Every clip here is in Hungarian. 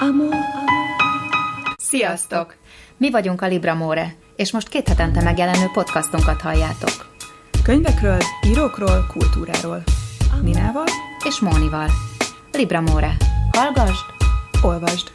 Sziasztok! Mi vagyunk a Libramore, és most 2 hetente megjelenő podcastunkat halljátok. Könyvekről, írókról, kultúráról. Ninával és Mónival. Libramore. Hallgasd, olvasd.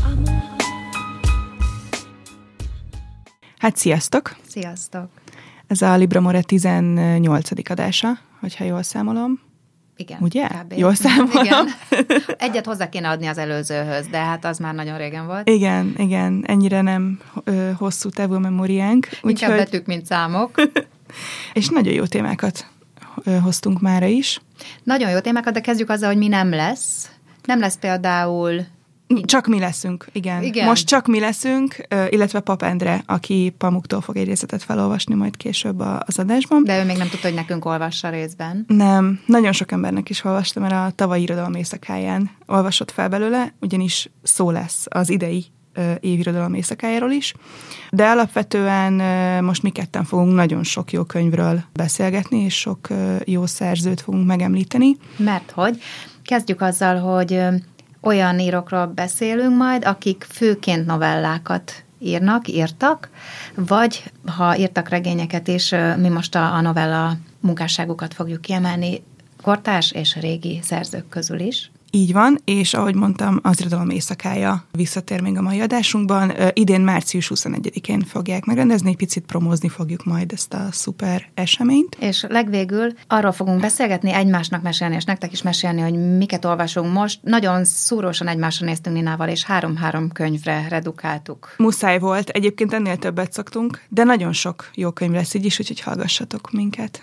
Hát sziasztok! Sziasztok! Ez a Libramore 18. adása, hogyha jól számolom. Igen. Ugye? Kb. Jól számolom? Igen. Egyet hozzá kéne adni az előzőhöz, de hát az már nagyon régen volt. Igen. Ennyire nem hosszú távú memóriánk. Inkább betűk, mint számok. És nagyon jó témákat hoztunk mára is. Nagyon jó témákat, de kezdjük azzal, hogy mi nem lesz. Nem lesz például... Csak mi leszünk, igen. Most csak mi leszünk, illetve Pap Endre, aki Pamuktól fog egy részletet felolvasni majd később az adásban. De ő még nem tudta, hogy nekünk olvassa részben. Nem, nagyon sok embernek is olvastam, mert a tavalyi irodalom éjszakáján olvasott fel belőle, ugyanis szó lesz az idei évirodalom éjszakájáról is. De alapvetően most mi ketten fogunk nagyon sok jó könyvről beszélgetni, és sok jó szerzőt fogunk megemlíteni. Mert hogy? Kezdjük azzal, hogy olyan írókról beszélünk majd, akik főként novellákat írtak, vagy ha írtak regényeket is, mi most a novella munkásságukat fogjuk kiemelni kortárs és régi szerzők közül is. Így van, és ahogy mondtam, az irodalom éjszakája visszatér még a mai adásunkban. Idén március 21-én fogják megrendezni, egy picit promózni fogjuk majd ezt a szuper eseményt. És legvégül arról fogunk beszélgetni, egymásnak mesélni, és nektek is mesélni, hogy miket olvasunk most. Nagyon szúrósan egymásra néztünk Ninával, és 3-3 könyvre redukáltuk. Muszáj volt, egyébként ennél többet szoktunk, de nagyon sok jó könyv lesz így is, úgyhogy hallgassatok minket.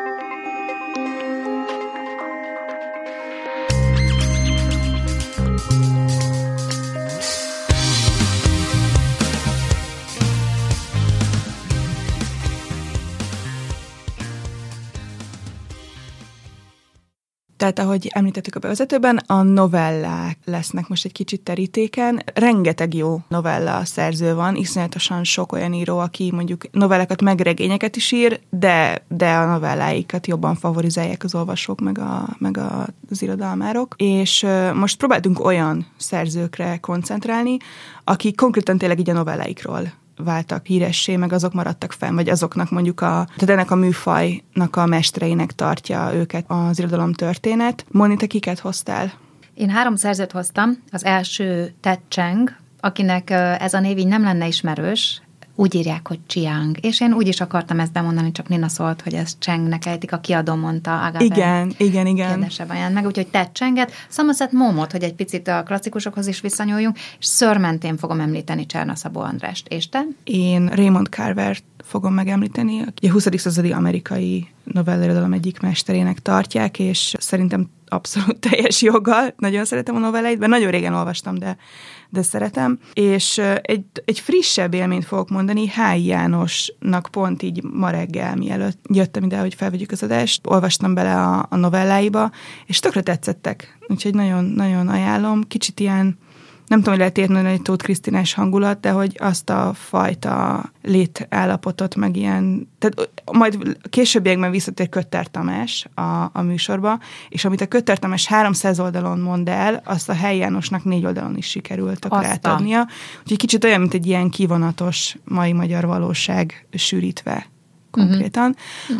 Tehát, ahogy említettük a bevezetőben, a novellák lesznek most egy kicsit terítéken. Rengeteg jó novella szerző van, iszonyatosan sok olyan író, aki mondjuk novellákat meg regényeket is ír, de a novelláikat jobban favorizálják az olvasók, meg az irodalmárok. És most próbáltunk olyan szerzőkre koncentrálni, akik konkrétan tényleg így a novelláikról váltak híressé, meg azok maradtak fenn, vagy azoknak mondjuk tehát ennek a műfajnak a mestreinek tartja őket az irodalom történet. Moni, te kiket hoztál? Én 3 szerzőt hoztam. Az első Ted Chiang, akinek ez a név így nem lenne ismerős, úgy írják, hogy Chiang. És én úgy is akartam ezt bemondani, csak Nina szólt, hogy ezt Changnek ejtik, a kiadó mondta, Agave. Igen. Kérdésebb ajánl meg, úgyhogy Ted Chianget, Somerset Maughamot, hogy egy picit a klasszikusokhoz is visszanyúljunk, és szörmentén fogom említeni Csernaszabó Andrást. És te? Én Raymond Carvert fogom megemlíteni, aki a 20. századi amerikai novellirodalom egyik mesterének tartják, és szerintem abszolút teljes joggal. Nagyon szeretem a novelláit, mert nagyon régen olvastam, de szeretem. És egy frissebb élményt fogok mondani, H. Jánosnak pont így ma reggel, mielőtt jöttem ide, hogy felvegyük az adást, olvastam bele a novelláiba, és tökre tetszettek. Úgyhogy nagyon ajánlom. Kicsit ilyen, nem tudom, hogy lehet érteni egy Tóth Krisztinás hangulat, de hogy azt a fajta létállapotot, meg ilyen, tehát majd későbbiekben visszatér Kötter Tamás a műsorba, és amit a Kötter Tamás 300 oldalon mond el, azt a H. Jánosnak 4 oldalon is sikerült átadnia. Úgyhogy kicsit olyan, mint egy ilyen kivonatos mai magyar valóság sűrítve konkrétan.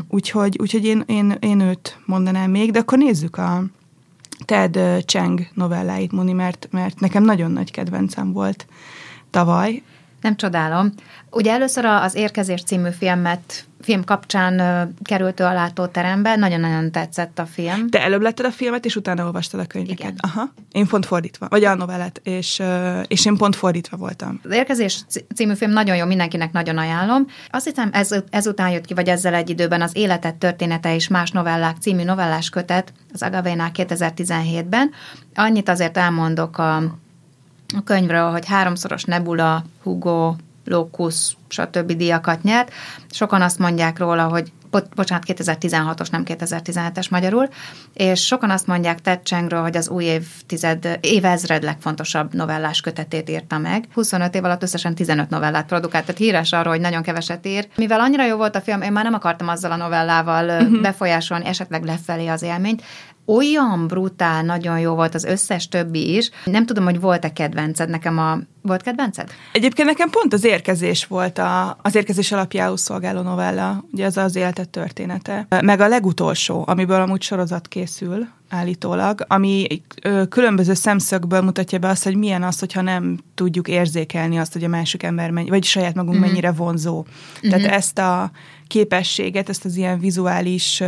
Úgyhogy én őt mondanám még, de akkor nézzük a Ted Chiang novelláit, Moni, mert nekem nagyon nagy kedvencem volt tavaly. Nem csodálom. Ugye először az Érkezés című film kapcsán került ő a látóterembe, nagyon-nagyon tetszett a film. Te előbb letted a filmet, és utána olvastad a könyveket. Igen. Aha. Én pont fordítva, vagy a novellát, és én pont fordítva voltam. Az Érkezés című film nagyon jó, mindenkinek nagyon ajánlom. Azt hiszem, ezután jött ki, vagy ezzel egy időben az Életed története és más novellák című novellás kötet az Agavénál 2017-ben. Annyit azért elmondok a könyvről, hogy 3-szoros Nebula, Hugo, Locus, stb. Díjakat nyert. Sokan azt mondják róla, hogy bocsánat, 2016-os, nem 2017-es magyarul, és sokan azt mondják Ted Chiangról, hogy az új évezred legfontosabb novellás kötetét írta meg. 25 év alatt összesen 15 novellát produkált, tehát híres arról, hogy nagyon keveset ír. Mivel annyira jó volt a film, én már nem akartam azzal a novellával befolyásolni, esetleg lefelé az élményt. Olyan brutál, nagyon jó volt az összes többi is. Nem tudom, hogy volt-e kedvenced, volt kedvenced? Egyébként nekem pont az érkezés volt az érkezés alapjául szolgáló novella, ugye az életet története. Meg a legutolsó, amiből amúgy sorozat készül állítólag, ami különböző szemszögből mutatja be azt, hogy milyen az, hogyha nem tudjuk érzékelni azt, hogy a másik ember vagy saját magunk mennyire vonzó. Tehát ezt a képességet, ezt az ilyen vizuális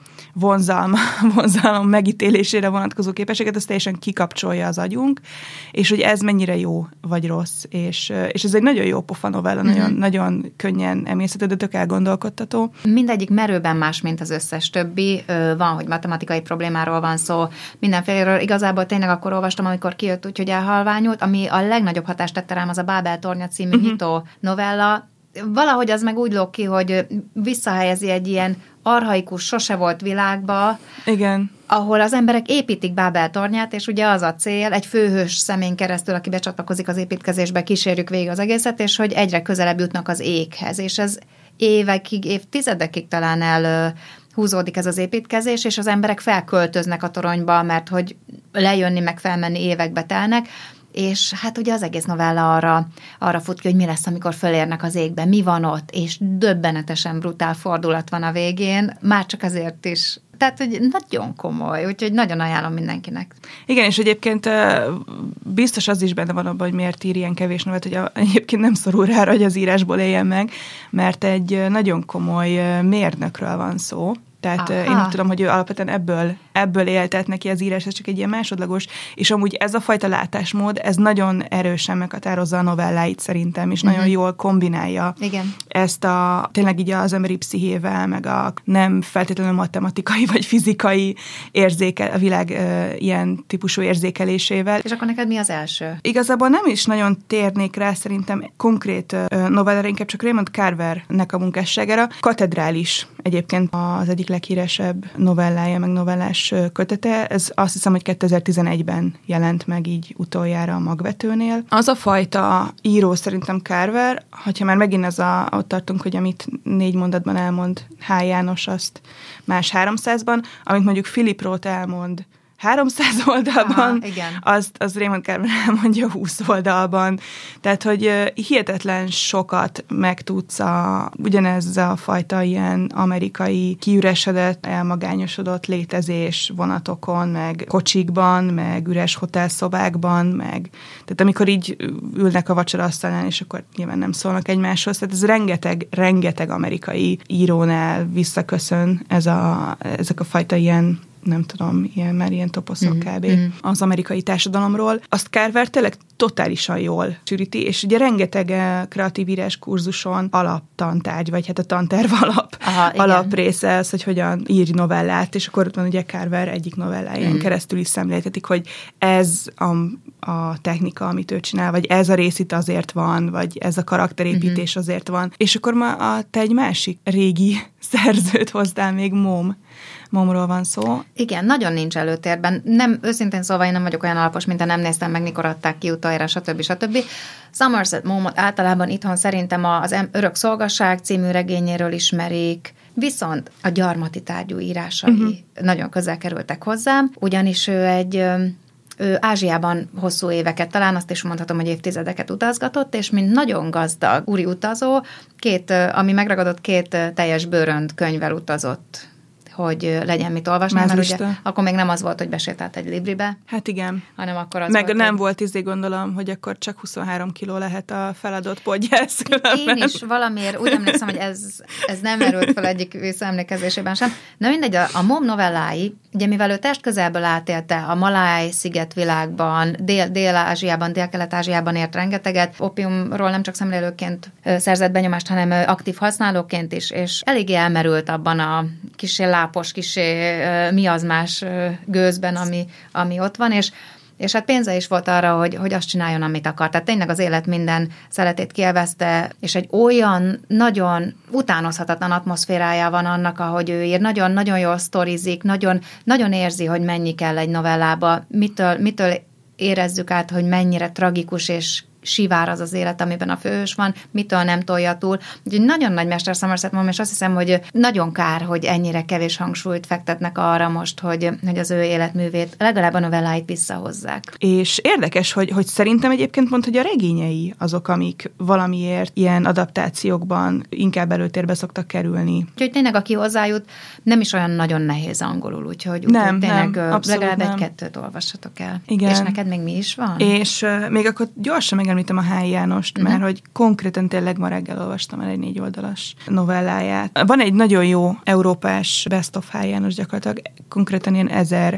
vonzalom megítélésére vonatkozó képességet, ez teljesen kikapcsolja az agyunk, és hogy ez mennyire jó vagy rossz, és ez egy nagyon jó pofa novella, nagyon könnyen emészhető, de tök elgondolkodtató. Mindegyik merőben más, mint az összes többi. Van, hogy matematikai problémáról van szó, mindenféleről. Igazából tényleg akkor olvastam, amikor kijött úgy, hogy elhalványult, ami a legnagyobb hatást tette rám, az a Bábel tornya című nyitó novella. Valahogy az meg úgy lóg ki, hogy visszahelyezi egy ilyen archaikus, sose volt világba, igen, ahol az emberek építik Bábel tornyát, és ugye az a cél, egy főhős szemén keresztül, aki becsatlakozik az építkezésbe, kísérjük végig az egészet, és hogy egyre közelebb jutnak az éghez, és ez évekig, évtizedekig talán húzódik ez az építkezés, és az emberek felköltöznek a toronyba, mert hogy lejönni, meg felmenni évekbe telnek, és hát ugye az egész novella arra fut ki, hogy mi lesz, amikor fölérnek az égbe, mi van ott, és döbbenetesen brutál fordulat van a végén, már csak azért is. Tehát, hogy nagyon komoly, úgyhogy nagyon ajánlom mindenkinek. Igen, és egyébként biztos az is benne van abban, hogy miért ír ilyen kevés novellet, hogy egyébként nem szorul rá, hogy az írásból éljen meg, mert egy nagyon komoly mérnökről van szó. Tehát én úgy tudom, hogy ő alapvetően ebből élt, tehát neki az írás, ez csak egy ilyen másodlagos, és amúgy ez a fajta látásmód, ez nagyon erősen meghatározza a novelláit szerintem, és nagyon jól kombinálja ezt tényleg így az emberi pszichével, meg a nem feltétlenül matematikai vagy fizikai a világ ilyen típusú érzékelésével. És akkor neked mi az első? Igazából nem is nagyon térnék rá szerintem konkrét novellára, inkább csak Raymond Carvernek a munkásságára. Katedrális egyébként az egyik leghíresebb novellája, meg novellás kötete. Ez azt hiszem, hogy 2011-ben jelent meg így utoljára a Magvetőnél. Az a fajta író szerintem Carver, hogyha már megint ott tartunk, hogy amit 4 mondatban elmond H. János, azt más 300-ban, amit mondjuk Philip Roth elmond 300 oldalban, az Raymond Carver elmondja 20 oldalban. Tehát, hogy hihetetlen sokat megtudsz ugyanez a fajta ilyen amerikai kiüresedett, elmagányosodott létezés vonatokon, meg kocsikban, meg üres hotelszobákban, tehát amikor így ülnek a vacsoraasztalnál, és akkor nyilván nem szólnak egymáshoz. Tehát ez rengeteg amerikai írónál visszaköszön ezek a fajta ilyen, nem tudom, ilyen toposzok kb. Az amerikai társadalomról. Azt Carver tényleg totálisan jól sűríti, és ugye rengeteg kreatív írás kurzuson alaptantárgy, vagy hát a tanterv alaprésze az, hogy hogyan írj novellát, és akkor ott van ugye Carver egyik novelláján keresztül is szemléltetik, hogy ez a technika, amit ő csinál, vagy ez a rész itt azért van, vagy ez a karakterépítés azért van. És akkor te egy másik régi szerzőt hozdál, még Momról van szó. Igen, nagyon nincs előtérben. Nem, őszintén szóval én nem vagyok olyan alapos, mint nem néztem meg, mikor adták ki utoljára, stb. Somerset Maughamot általában itthon szerintem az Örök szolgaság című regényéről ismerik, viszont a gyarmati tárgyú írásai nagyon közel kerültek hozzám, ugyanis ő Ázsiában hosszú éveket, talán azt is mondhatom, hogy évtizedeket utazgatott, és mint nagyon gazdag úri utazó, ami megragadott 2 teljes bőrönd könyvvel utazott, hogy legyen mit olvasni, mert ugye akkor még nem az volt, hogy besétált egy libribe. Hát igen. Hanem akkor az meg volt, nem volt gondolom, hogy akkor csak 23 kiló lehet a feladott podgyász. Én is valamiért úgy emlékszem, hogy ez nem merült fel egyik visszaemlékezésében sem. Na mindegy, a Mom novellái, ugye mivel ő testközelből átélte a Maláj-sziget világban, Dél-Ázsiában, Dél-Kelet-Ázsiában ért rengeteget, opiumról nem csak szemlélőként szerzett benyomást, hanem aktív használóként is, és eléggé elmerült abban a kisé lápos, kisé mi az más gőzben, ami ott van, és És hát pénze is volt arra, hogy azt csináljon, amit akar. Tehát tényleg az élet minden szeletét kielvezte, és egy olyan nagyon utánozhatatlan atmoszférája van annak, ahogy ő ír. Nagyon jól sztorizik, nagyon érzi, hogy mennyi kell egy novellába, mitől érezzük át, hogy mennyire tragikus és sivár az élet, amiben a főhős van, mitől nem tolja túl. Úgyhogy nagyon nagy mester Somerset Maugham, és azt hiszem, hogy nagyon kár, hogy ennyire kevés hangsúlyt fektetnek arra most, hogy az ő életművét, legalább a novelláit visszahozzák. És érdekes, hogy szerintem egyébként pont, hogy a regényei azok, amik valamiért ilyen adaptációkban inkább előtérbe szoktak kerülni. Úgyhogy tényleg, aki hozzájut, nem is olyan nagyon nehéz angolul, úgyhogy tényleg legalább egy-kettőt olvassatok el. Igen. És neked még mi is van? És még akkor gyorsan megemlítem a H. Jánost, mert hogy konkrétan tényleg ma reggel olvastam el egy 4 oldalas novelláját. Van egy nagyon jó európás Best of H. János, gyakorlatilag konkrétan ilyen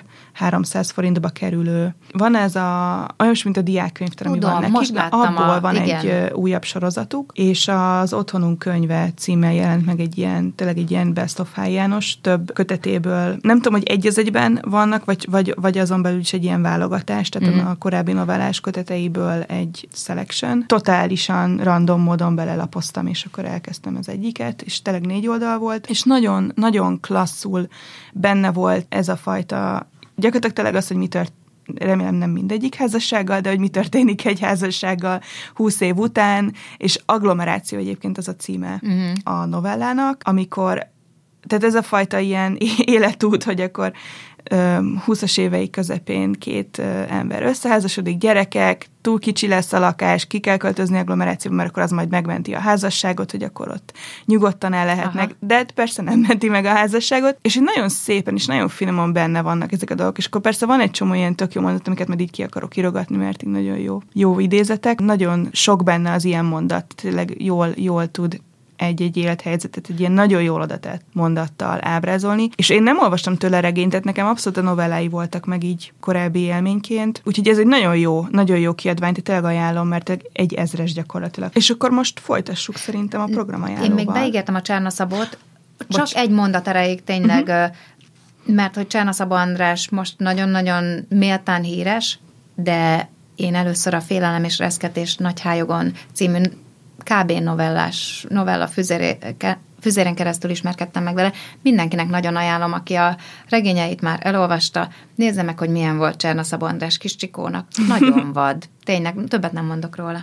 1300 forintba kerülő. Van ez olyan, mint a diákkönyvtár, ami van nekik. Most láttam abból van egy újabb sorozatuk, és az Otthonunk könyve címmel jelent meg tényleg egy ilyen Best of H. János, több kötetéből. Nem tudom, hogy egy az egyben vannak, vagy azon belül is egy ilyen válogatás, tehát a korábbi novellás köteteiből egy selection. Totálisan random módon belelapoztam, és akkor elkezdtem az egyiket, és tényleg 4 oldal volt, és nagyon, nagyon klasszul benne volt ez a fajta, gyakorlatilag tényleg az, hogy mi remélem nem mindegyik házassággal, de hogy mi történik egy házassággal 20 év után, és agglomeráció egyébként az a címe a novellának, amikor, tehát ez a fajta ilyen életút, hogy akkor 20-as éveik közepén 2 ember összeházasodik, gyerekek, túl kicsi lesz a lakás, ki kell költözni agglomerációba, mert akkor az majd megmenti a házasságot, hogy akkor ott nyugodtan el lehetnek. Aha. De persze nem menti meg a házasságot, és így nagyon szépen és nagyon finoman benne vannak ezek a dolgok, és akkor persze van egy csomó ilyen tök jó mondat, amiket majd így ki akarok írogatni, mert így nagyon jó idézetek. Nagyon sok benne az ilyen mondat, tényleg jól tud egy élethelyzetet, egy ilyen nagyon jól odatett mondattal ábrázolni, és én nem olvastam tőle regényt, tehát nekem abszolút a novellái voltak meg így korábbi élményként, úgyhogy ez egy nagyon jó kiadvány, tényleg ajánlom, mert egy 1000-es gyakorlatilag. És akkor most folytassuk szerintem a programajánlóval. Én még beígértem a Cserna Szabót, csak egy mondat erejéig tényleg, mert hogy Cserna Szabó András most nagyon-nagyon méltán híres, de én először a Félelem és reszketés Nagyhályogon című kb. Novella füzéren keresztül ismerkedtem meg vele. Mindenkinek nagyon ajánlom, aki a regényeit már elolvasta, nézze meg, hogy milyen volt Cserna Szabó András kis Csikónak. Nagyon vad. Tényleg, többet nem mondok róla.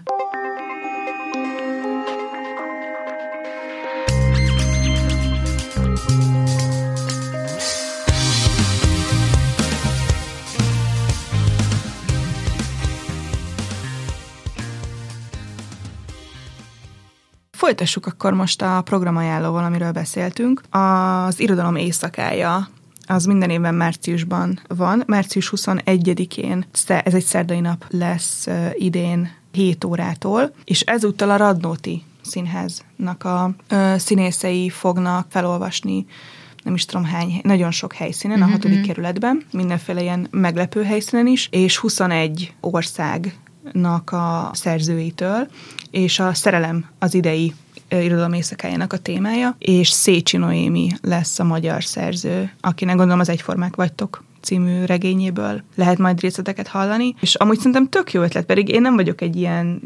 Folytassuk akkor most a programajánlóval, amiről beszéltünk. Az Irodalom éjszakája az minden évben márciusban van. Március 21-én, ez egy szerdai nap lesz idén 7 órától, és ezúttal a Radnóti Színháznak a színészei fognak felolvasni, nem is tudom hány, nagyon sok helyszínen, a 6. kerületben, mindenféle ilyen meglepő helyszínen is, és 21 országnak a szerzőitől, és a Szerelem az idei Irodalom éjszakájának a témája, és Szécsi Noémi lesz a magyar szerző, akinek gondolom az Egyformák vagytok című regényéből lehet majd részleteket hallani, és amúgy szerintem tök jó ötlet, pedig én nem vagyok egy ilyen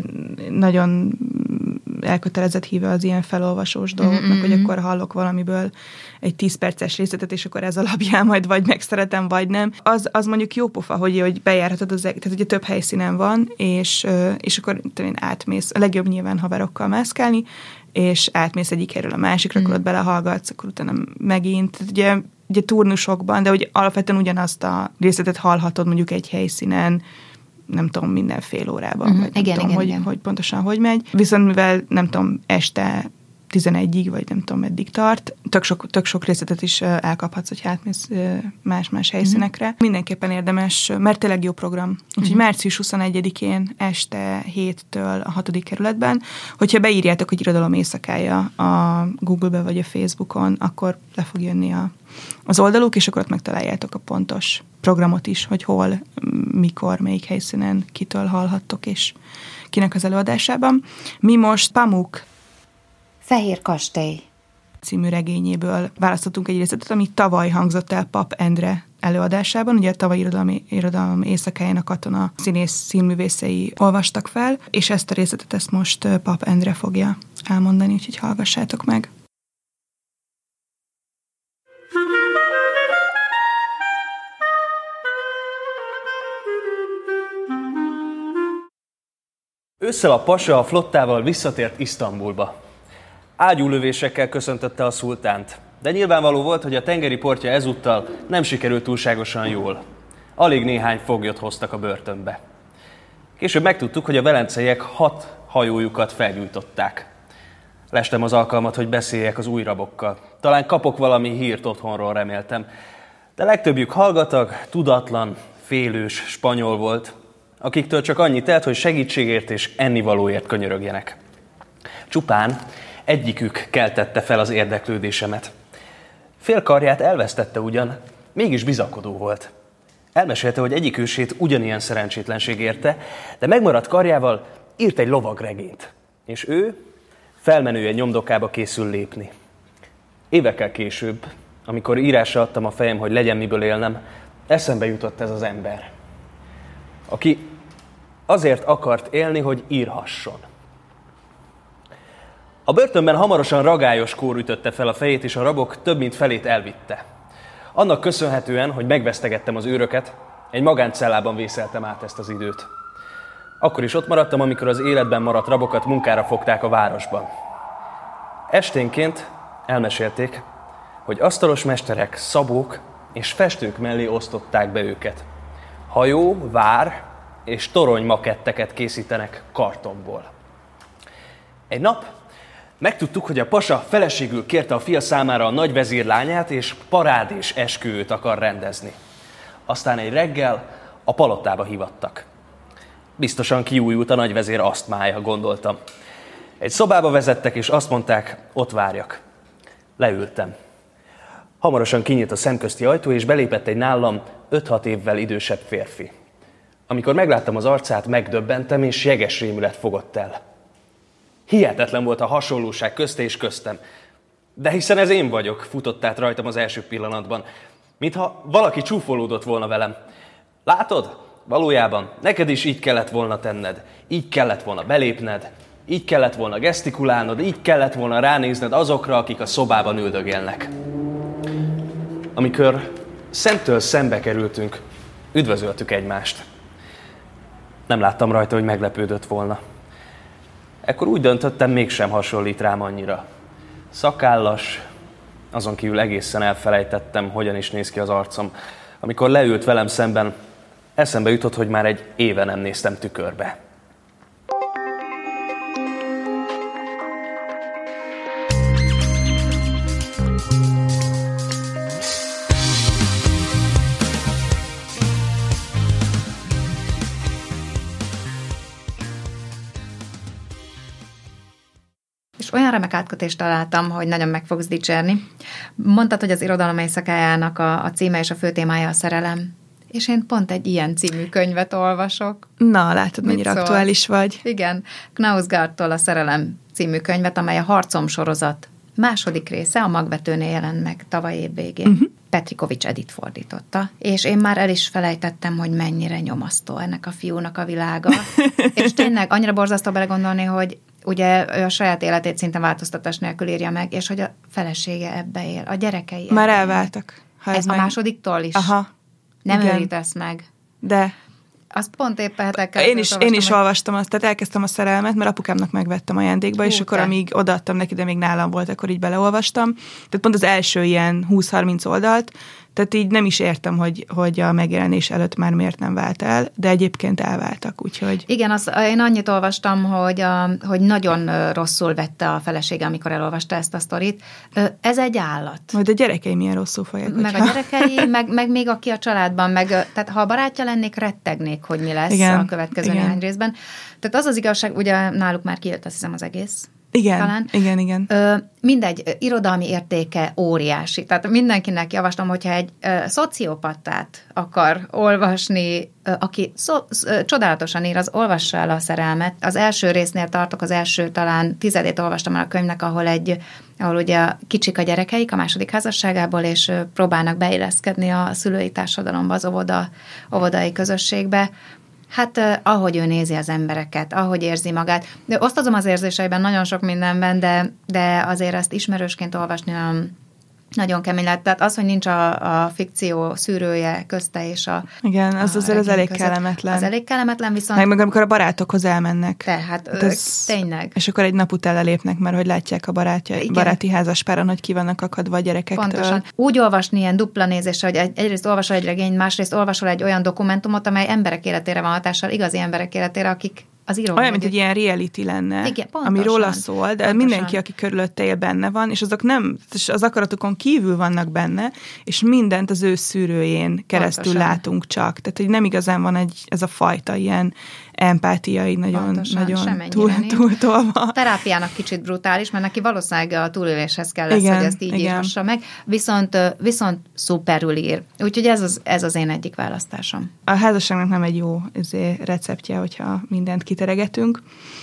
nagyon elkötelezett híve az ilyen felolvasós dolgoknak, hogy akkor hallok valamiből egy 10 perces részletet, és akkor ez alapján majd vagy megszeretem, vagy nem. Az mondjuk jó pofa, hogy bejárhatod, tehát ugye több helyszínen van, és akkor átmész, a legjobb nyilván haverokkal mászkálni, és átmész egyik helyről a másikra, akkor ott belehallgatsz, akkor utána megint, ugye turnusokban, de hogy alapvetően ugyanazt a részletet hallhatod mondjuk egy helyszínen, nem tudom, minden fél órában, vagy nem tudom, hogy pontosan hogy megy. Viszont mivel, nem tudom, este 11-ig, vagy nem tudom, meddig tart, tök sok részletet is elkaphatsz, hogy átmész más helyszínekre. Mindenképpen érdemes, mert tényleg jó program. Úgyhogy március 21-én este 7-től a 6. kerületben, hogyha beírjátok, hogy Irodalom éjszakája a Google-be vagy a Facebookon, akkor le fog jönni az oldaluk, és akkor ott megtaláljátok a pontos programot is, hogy hol, mikor, melyik helyszínen kitől hallhattok, és kinek az előadásában. Mi most Pamuk Fehér kastély című regényéből választottunk egy részletet, ami tavaly hangzott el Pap Endre előadásában, ugye a tavalyi irodalom éjszakáján a Katona színész színművészei olvastak fel, és ezt a részletet most Pap Endre fogja elmondani, úgyhogy hallgassátok meg. Ősszel a pasa a flottával visszatért Isztambulba. Ágyúlövésekkel köszöntötte a szultánt, de nyilvánvaló volt, hogy a tengeri portja ezúttal nem sikerült túlságosan jól. Alig néhány foglyot hoztak a börtönbe. Később megtudtuk, hogy a velenceiek 6 hajójukat felgyújtották. Lestem az alkalmat, hogy beszéljek az új rabokkal. Talán kapok valami hírt otthonról, reméltem. De legtöbbjük hallgatag, tudatlan, félős spanyol volt, akiktől csak annyi telt, hogy segítségért és ennivalóért könyörögjenek. Csupán egyikük keltette fel az érdeklődésemet. Fél karját elvesztette ugyan, mégis bizakodó volt. Elmesélte, hogy egyik ősét ugyanilyen szerencsétlenség érte, de megmaradt karjával írt egy lovagregényt, és ő felmenően nyomdokába készül lépni. Évekkel később, amikor írásra adtam a fejem, hogy legyen miből élnem, eszembe jutott ez az ember, aki azért akart élni, hogy írhasson. A börtönben hamarosan ragályos kór ütötte fel a fejét, és a rabok több mint felét elvitte. Annak köszönhetően, hogy megvesztegettem az őröket, egy magáncellában vészeltem át ezt az időt. Akkor is ott maradtam, amikor az életben maradt rabokat munkára fogták a városban. Esténként elmesélték, hogy asztalos mesterek, szabók és festők mellé osztották be őket. Hajó, vár és torony maketteket készítenek kartonból. Egy nap megtudtuk, hogy a pasa feleségül kérte a fia számára a nagyvezír lányát, és parád és esküvőt akar rendezni. Aztán egy reggel a palotába hívattak. Biztosan kiújult a nagyvezér asztmája, gondoltam. Egy szobába vezettek, és azt mondták, ott várjak. Leültem. Hamarosan kinyílt a szemközti ajtó, és belépett egy nálam 5-6 évvel idősebb férfi. Amikor megláttam az arcát, megdöbbentem, és jeges rémület fogott el. Hihetetlen volt a hasonlóság közte és köztem. De hiszen ez én vagyok, futott át rajtam az első pillanatban. Mintha valaki csúfolódott volna velem. Látod? Valójában neked is így kellett volna tenned. Így kellett volna belépned. Így kellett volna gesztikulálnod. Így kellett volna ránézned azokra, akik a szobában üldögélnek. Amikor szemtől szembe kerültünk, üdvözöltük egymást. Nem láttam rajta, hogy meglepődött volna. Ekkor úgy döntöttem, mégsem hasonlít rám annyira. Szakállas, azon kívül egészen elfelejtettem, hogyan is néz ki az arcom. Amikor leült velem szemben, eszembe jutott, hogy már egy éve nem néztem tükörbe. És olyan remek átkötést találtam, hogy nagyon meg fogsz dicsérni. Mondtad, hogy az irodalom éjszakájának a címe és a főtémája a szerelem. És én pont egy ilyen című könyvet olvasok. Na, látod, mennyire aktuális vagy. Igen, Knausgaardtól a Szerelem című könyvet, amely a Harcom sorozat második része, a Magvetőnél jelent meg tavaly év végén. Petrikovics Edith fordította, és én már el is felejtettem, hogy mennyire nyomasztó ennek a fiúnak a világa. És tényleg annyira borzasztó belegondolni, hogy ugye ő a saját életét szinte változtatás nélkül írja meg, és hogy a felesége ebbe él, a gyerekei. Már elváltak. Ez a másodiktól is? Aha. Nem igen. őrítesz meg. De. Azt pont épp hetekkel. Én is olvastam azt, tehát elkezdtem a Szerelmet, mert apukámnak megvettem ajándékba, és akkor amíg odaadtam neki, de még nálam volt, akkor így beleolvastam. Tehát pont az első ilyen 20-30 oldalt, tehát így nem is értem, hogy a megjelenés előtt már miért nem vált el, de egyébként elváltak, úgyhogy... Igen, én annyit olvastam, hogy nagyon rosszul vette a felesége, amikor elolvasta ezt a sztorit. Ez egy állat. Majd a gyerekei milyen rosszul fogják. Meg a gyerekei, meg még aki a családban, tehát ha a barátja lennék, rettegnék, hogy mi lesz igen, a következő néhány részben. Tehát az az igazság, ugye náluk már kijött, azt hiszem, az egész. Igen, talán. igen. Mindegy, irodalmi értéke óriási. Tehát mindenkinek javaslom, hogyha egy szociopatát akar olvasni, aki csodálatosan ír, az olvassa el a Szerelmet. Az első résznél tartok, az első talán 10 olvastam el a könyvnek, ahol ugye kicsik a gyerekeik a második házasságából, és próbálnak beilleszkedni a szülői társadalomba, az óvodai közösségbe. Hát ahogy ő nézi az embereket, ahogy érzi magát. De osztozom az érzéseiben nagyon sok mindenben, de azért ezt ismerősként olvasni nagyon kemény lett. Tehát az, hogy nincs a fikció szűrője közte és a... Igen, az azért az elég kellemetlen. Az elég kellemetlen, viszont... Meg amikor a barátokhoz elmennek. Tehát tényleg. És akkor egy nap után lelépnek, mert hogy látják a baráti házaspáron, hogy ki vannak akadva a gyerekektől. Pontosan. Úgy olvasni ilyen dupla nézésre, hogy egyrészt olvasol egy regényt, másrészt olvasol egy olyan dokumentumot, amely emberek életére van hatással, igazi emberek életére, akik az író. Olyan, mint egy ilyen reality lenne, igen, ami róla szól, de mindenki, aki körülötte él, benne van, és azok nem, az akaratukon kívül vannak benne, és mindent az ő szűrőjén keresztül látunk csak. Tehát, hogy nem igazán van ez a fajta ilyen empátia, így nagyon túltolva. A terápiának kicsit brutális, mert neki valószínűleg a túléléshez kell lesz, hogy ezt így írhassa meg, viszont szuperül ír. Úgyhogy ez az én egyik választásom. A házasságnak nem egy jó receptje, hogyha mindent kiteregetünk,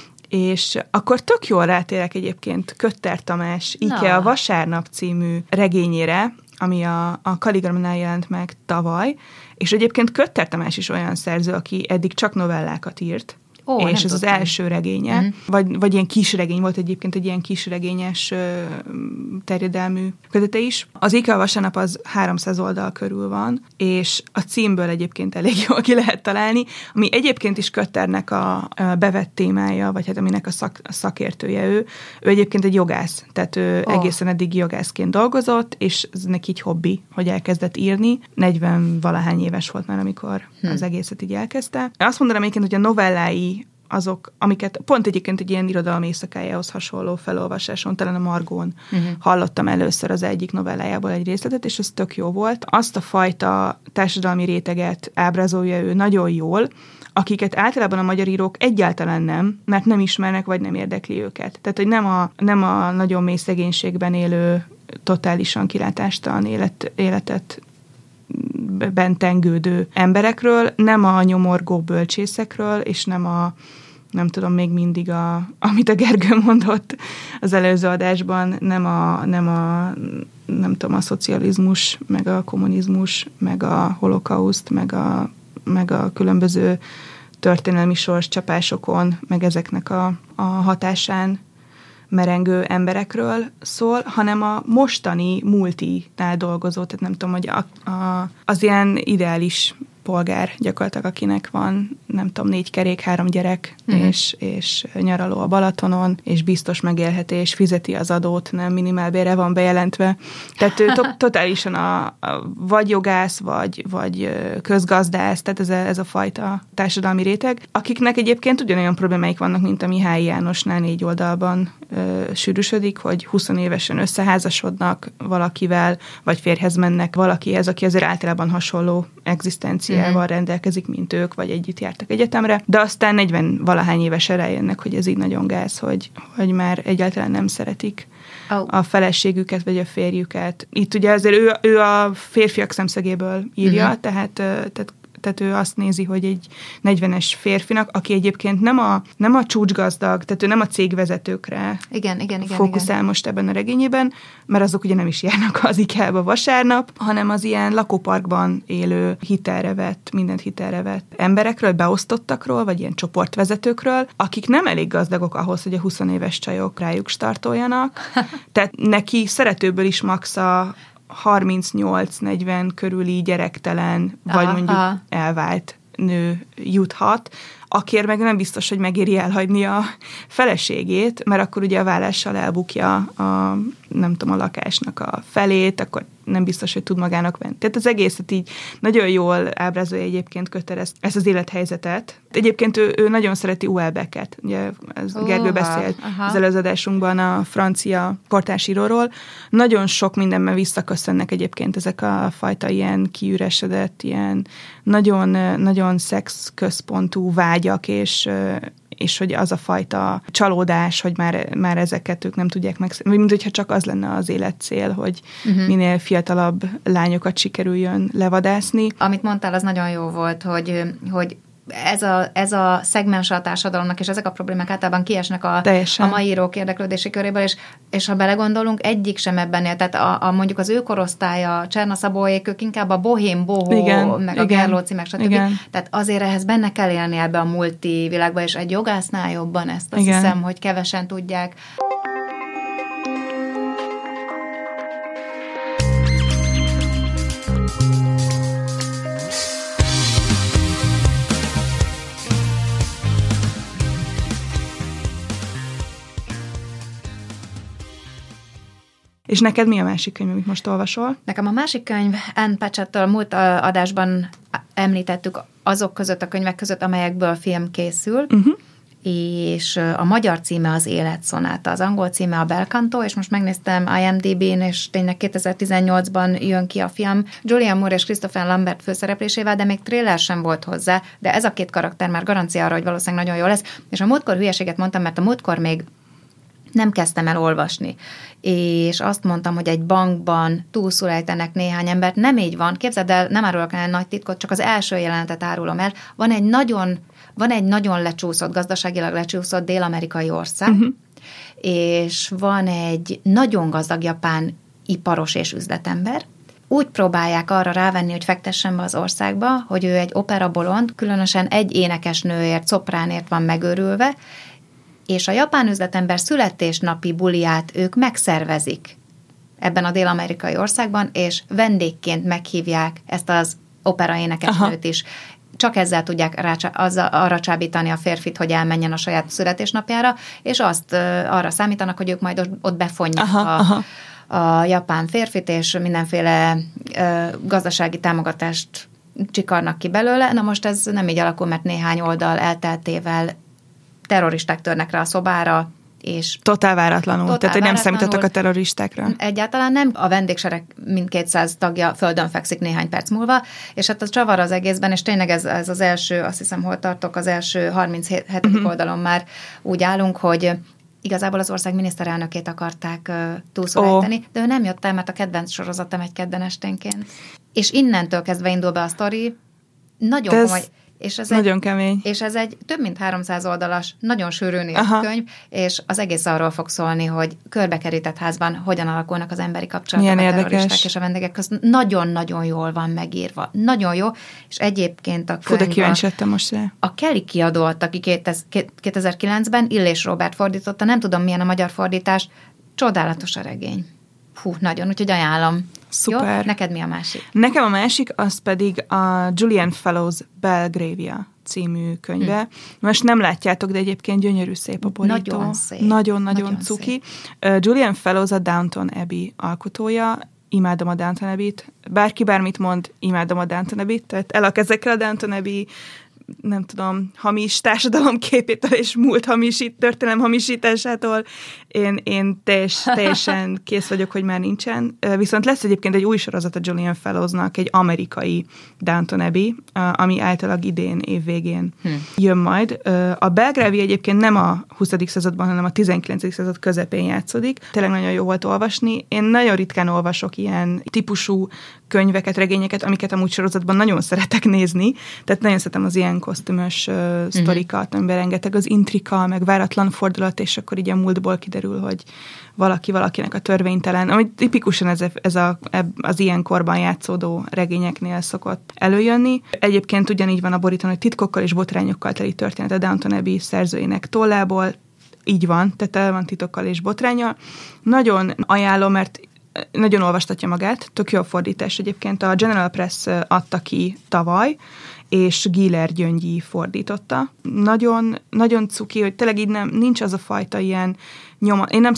és akkor tök jól rátérek egyébként Kötter Tamás Ike a Vasárnap című regényére, ami a Kaligramnál jelent meg tavaly, és egyébként Kötter Tamás is olyan szerző, aki eddig csak novellákat írt, és ez az első regénye, vagy ilyen kisregény volt egyébként, egy ilyen kisregényes terjedelmű kötete is. Az Ike a Vasárnap az 300 oldal körül van, és a címből egyébként elég jól ki lehet találni, ami egyébként is Kötternek a bevett témája, vagy hát aminek a szakértője ő. Ő egyébként egy jogász, tehát ő egészen eddig jogászként dolgozott, és ez neki így hobbi, hogy elkezdett írni. 40-valahány éves volt már, amikor az egészet így elkezdte. Azt mondanám egyébként, hogy a novellái azok, amiket pont egyébként egy ilyen irodalmi éjszakájához hasonló felolvasáson, talán a Margón hallottam először az egyik novellájából egy részletet, és ez tök jó volt. Azt a fajta társadalmi réteget ábrázolja ő nagyon jól, akiket általában a magyar írók egyáltalán nem, mert nem ismernek, vagy nem érdekli őket. Tehát, hogy nem a nagyon mély szegénységben élő, totálisan kilátástalan életet bentengődő emberekről, nem a nyomorgó bölcsészekről, és nem tudom még mindig, amit a Gergő mondott az előző adásban, nem tudom, a szocializmus, meg a kommunizmus, meg a holokauszt, meg a különböző történelmi sorscsapásokon, meg ezeknek a hatásán merengő emberekről szól, hanem a mostani multinál dolgozó, tehát nem tudom, hogy az ilyen ideális polgár gyakorlatilag, akinek van, nem tudom, 4 kerék, 3 gyerek, és nyaraló a Balatonon, és biztos megélhetés, fizeti az adót, nem minimálbérre van bejelentve. Tehát ő totálisan vagy jogász, vagy közgazdász, tehát ez a fajta társadalmi réteg, akiknek egyébként ugyanolyan problémáik vannak, mint a Mihály Jánosnál 4 oldalban sűrűsödik, hogy 20 évesen összeházasodnak valakivel, vagy férjhez mennek valakihez, aki azért általában hasonló egzisztenciával rendelkezik, mint ők, vagy együtt jártak egyetemre, de aztán 40-valahány évesen rájönnek, hogy ez így nagyon gáz, hogy már egyáltalán nem szeretik a feleségüket, vagy a férjüket. Itt ugye azért ő a férfiak szemszögéből írja, tehát ő azt nézi, hogy egy 40-es férfinak, aki egyébként nem a csúcsgazdag, tehát ő nem a cégvezetőkre fókuszál most ebben a regényében, mert azok ugye nem is járnak az IKEA-ba vasárnap, hanem az ilyen lakóparkban élő mindent hitelre vett emberekről, beosztottakról, vagy ilyen csoportvezetőkről, akik nem elég gazdagok ahhoz, hogy a 20 éves csajok rájuk startoljanak. Tehát neki szeretőből is max a 38-40 körüli gyerektelen, vagy mondjuk elvált nő juthat, akiért meg nem biztos, hogy megéri elhagyni a feleségét, mert akkor ugye a vállással elbukja a lakásnak a felét, akkor nem biztos, hogy tud magának venni. Tehát az egészet így nagyon jól ábrázolja egyébként Kötter ezt az élethelyzetet. Egyébként ő nagyon szereti Houellebecqet. Ugye Gergő beszélt az előző adásunkban a francia kortársíróról. Nagyon sok mindenben visszaköszönnek egyébként ezek a fajta ilyen kiüresedett, ilyen nagyon, nagyon szexközpontú vágyak és hogy az a fajta csalódás, hogy már ezeket ők nem tudják mint hogyha csak az lenne az életcél, hogy minél fiatalabb lányokat sikerüljön levadászni. Amit mondtál, az nagyon jó volt, hogy ez a szegmens a társadalomnak, és ezek a problémák általában kiesnek a mai írók érdeklődési köréből, és ha belegondolunk, egyik sem ebben él. Tehát mondjuk az ő korosztálya, Cserna Szabóék, ők inkább a bohém, bohó, meg a Gerlóci, meg stb. Igen. Tehát azért ehhez benne kell élni ebbe a multi világba, és egy jogásznál jobban ezt azt hiszem, hogy kevesen tudják. És neked mi a másik könyv, amit most olvasol? Nekem a másik könyv Ann Patchett-től múlt adásban említettük azok között a könyvek között, amelyekből film készül, és a magyar címe az Életszonáta, az angol címe a Bel Canto, és most megnéztem IMDb-n, és tényleg 2018-ban jön ki a film Julianne Moore és Christopher Lambert főszereplésével, de még trailer sem volt hozzá, de ez a két karakter már garancia arra, hogy valószínűleg nagyon jó lesz. És a múltkor hülyeséget mondtam, mert a múltkor még nem kezdtem el olvasni, és azt mondtam, hogy egy bankban túlszul ejtenek néhány embert. Nem így van, képzeld el, nem árulok el nagy titkot, csak az első jelenetet árulom el. Van egy nagyon lecsúszott, gazdaságilag lecsúszott dél-amerikai ország, és van egy nagyon gazdag japán iparos és üzletember. Úgy próbálják arra rávenni, hogy fektessen be az országba, hogy ő egy operabolond, különösen egy énekesnőért, szopránért van megőrülve, és a japán üzletember születésnapi buliát ők megszervezik ebben a dél-amerikai országban, és vendégként meghívják ezt az operaénekesnőt is. Csak ezzel tudják arra csábítani a férfit, hogy elmenjen a saját születésnapjára, és arra számítanak, hogy ők majd ott befonják a japán férfit, és mindenféle gazdasági támogatást csikarnak ki belőle. Na most ez nem így alakul, mert néhány oldal elteltével terroristák törnek rá a szobára, és... Totál váratlanul. Tehát, hogy nem számítottak a terroristákra. Egyáltalán nem. A vendégsereg mindkét 200 tagja földön fekszik néhány perc múlva, és hát az csavar az egészben, és tényleg ez az első, azt hiszem, hol tartok, az első 37. oldalon már úgy állunk, hogy igazából az ország miniszterelnökét akarták túlszólítani, de ő nem jött el, mert a kedvenc sorozatom egy kedden esténként. És innentől kezdve indul be a sztori, nagyon komoly... És ez nagyon kemény. És ez egy több mint 300 oldalas, nagyon sűrűn írt könyv, és az egész arról fog szólni, hogy körbekerített házban hogyan alakulnak az emberi kapcsolatok a terroristák és a vendégek között. Nagyon-nagyon jól van megírva. Nagyon jó, és egyébként a könyv... Fú, de kíváncsi lettem most rá. A Kelly kiadó adta ki 2009-ben, Illés Róbert fordította, nem tudom milyen a magyar fordítás, csodálatos a regény. Hú, nagyon, úgyhogy ajánlom. Szuper. Jó? Neked mi a másik? Nekem a másik, az pedig a Julian Fellows Belgravia című könyve. Most nem látjátok, de egyébként gyönyörű szép a borító. Nagyon szép. Nagyon cuki. Julian Fellows a Downton Abbey alkotója. Imádom a Downton Abbey-t. Bárki bármit mond, imádom a Downton Abbey-t. Tehát elak ezekkel a Downton Abbey, nem tudom, hamis társadalomképétől és történelem hamisításától én teljesen kész vagyok, hogy már nincsen. Viszont lesz egyébként egy új sorozat a Julian Fellowsnak, egy amerikai Downton Abbey, ami általában idén, év végén jön majd. A Belgravia egyébként nem a 20. században, hanem a 19. század közepén játszódik. Tényleg nagyon jó volt olvasni. Én nagyon ritkán olvasok ilyen típusú könyveket, regényeket, amiket amúgy sorozatban nagyon szeretek nézni. Tehát nagyon szeretem az ilyen kosztümös sztorikat, amiben rengeteg az intrika, meg váratlan fordulat, és akkor így a múltból kiderül, hogy valaki valakinek a törvénytelen, ami tipikusan az ilyen korban játszódó regényeknél szokott előjönni. Egyébként ugyanígy van a borítón, hogy titkokkal és botrányokkal teli történet a Downton Abbey szerzőinek tollából. Így van, tehát el van titokkal és botránnyal. Nagyon ajánlom, mert nagyon olvastatja magát, tök jó a fordítás egyébként. A General Press adta ki tavaly, és Giller Gyöngyi fordította. Nagyon, nagyon cuki, hogy tényleg így nincs az a fajta ilyen én nem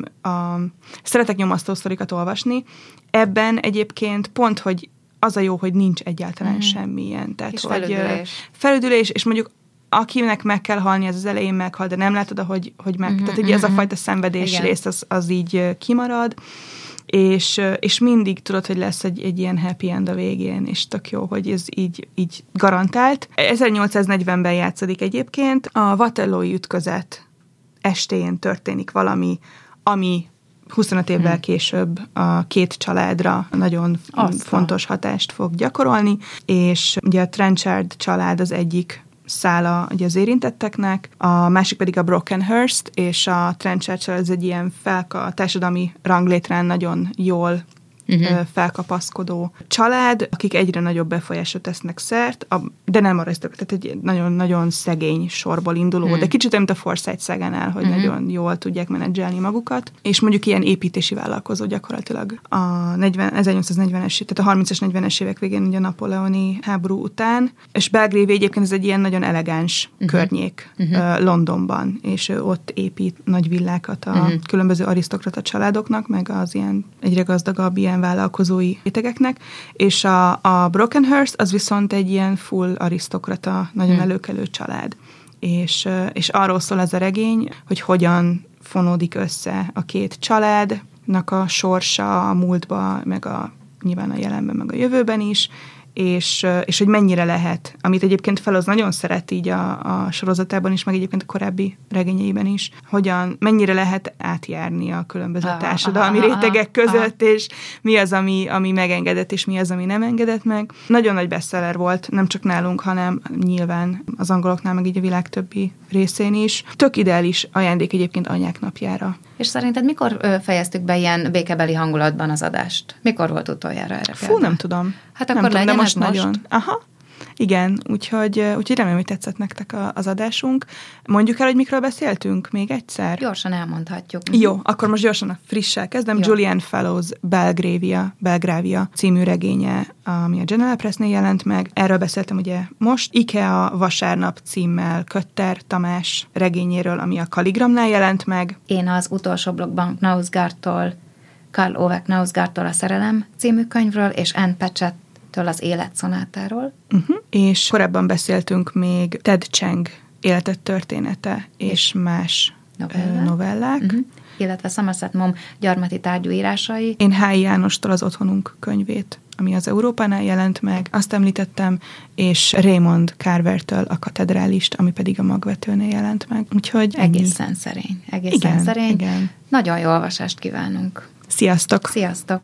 szeretek nyomasztó sztorikat olvasni. Ebben egyébként pont, hogy az a jó, hogy nincs egyáltalán semmilyen. Tehát, és hogy felüdülés, és mondjuk akinek meg kell halni, az elején meghal, de nem látod, hogy meg. Tehát ugye ez a fajta szenvedés rész, az így kimarad. és mindig tudod, hogy lesz egy ilyen happy end a végén, és tök jó, hogy ez így garantált. 1840-ben játszódik egyébként, a Waterloo-i ütközet estén történik valami, ami 25 évvel később a két családra nagyon fontos hatást fog gyakorolni, és ugye a Trenchard család az egyik szála ugye az érintetteknek, a másik pedig a Brockenhurst, és a Trenchard család az egy ilyen a társadalmi ranglétrán nagyon jól felkapaszkodó család, akik egyre nagyobb befolyásra tesznek szert, de nem arra, tehát egy nagyon-nagyon szegény sorból induló, de kicsit mint a Forsyth szágánál, hogy nagyon jól tudják menedzselni magukat, és mondjuk ilyen építési vállalkozó gyakorlatilag a 1840-es, tehát a 30-es, 40-es évek végén, ugye a napóleoni háború után, és Belgrave egyébként ez egy ilyen nagyon elegáns környék Londonban, és ő ott épít nagy villákat a különböző arisztokrata családoknak, meg az ilyen egyre gazdagabb ilyen vállalkozói rétegeknek, és a Brockenhurst az viszont egy ilyen full arisztokrata, nagyon előkelő család. És arról szól ez a regény, hogy hogyan fonódik össze a két családnak a sorsa a múltba, meg nyilván a jelenben, meg a jövőben is, és hogy mennyire lehet, amit egyébként Fellows nagyon szeret így a sorozatában is, meg egyébként a korábbi regényeiben is, mennyire lehet átjárni a különböző társadalmi rétegek között, és mi az, ami megengedett, és mi az, ami nem engedett meg. Nagyon nagy bestseller volt, nem csak nálunk, hanem nyilván az angoloknál, meg így a világ többi részén is. Tök ideális ajándék egyébként anyák napjára. És szerinted mikor fejeztük be ilyen békebeli hangulatban az adást? Mikor volt utoljára erre például? Fú, nem tudom. Hát akkor legyen most. Nagyon. Aha. Igen, úgyhogy remélem, hogy tetszett nektek az adásunk. Mondjuk el, hogy mikről beszéltünk még egyszer? Gyorsan elmondhatjuk. Jó, akkor most gyorsan a frissel kezdem. Jó. Julian Fellows Belgravia című regénye, ami a General Pressnél jelent meg. Erről beszéltem ugye most. IKEA vasárnap címmel Kötter Tamás regényéről, ami a Kaligramnál jelent meg. Én az utolsó blogban Karl Ove Knausgaardtól a Szerelem című könyvről, és Anne Patchettől az Életszonátáról. És korábban beszéltünk még Ted Chiang Életet története és más novellák. Illetve Somerset Maugham gyarmati tárgyú írásai. Én H.I. Jánostól az Otthonunk könyvét, ami az Európánál jelent meg, azt említettem, és Raymond Carvertől a Katedrálist, ami pedig a Magvetőnél jelent meg. Úgyhogy egészen szerény. Igen. Nagyon jó olvasást kívánunk. Sziasztok! Sziasztok!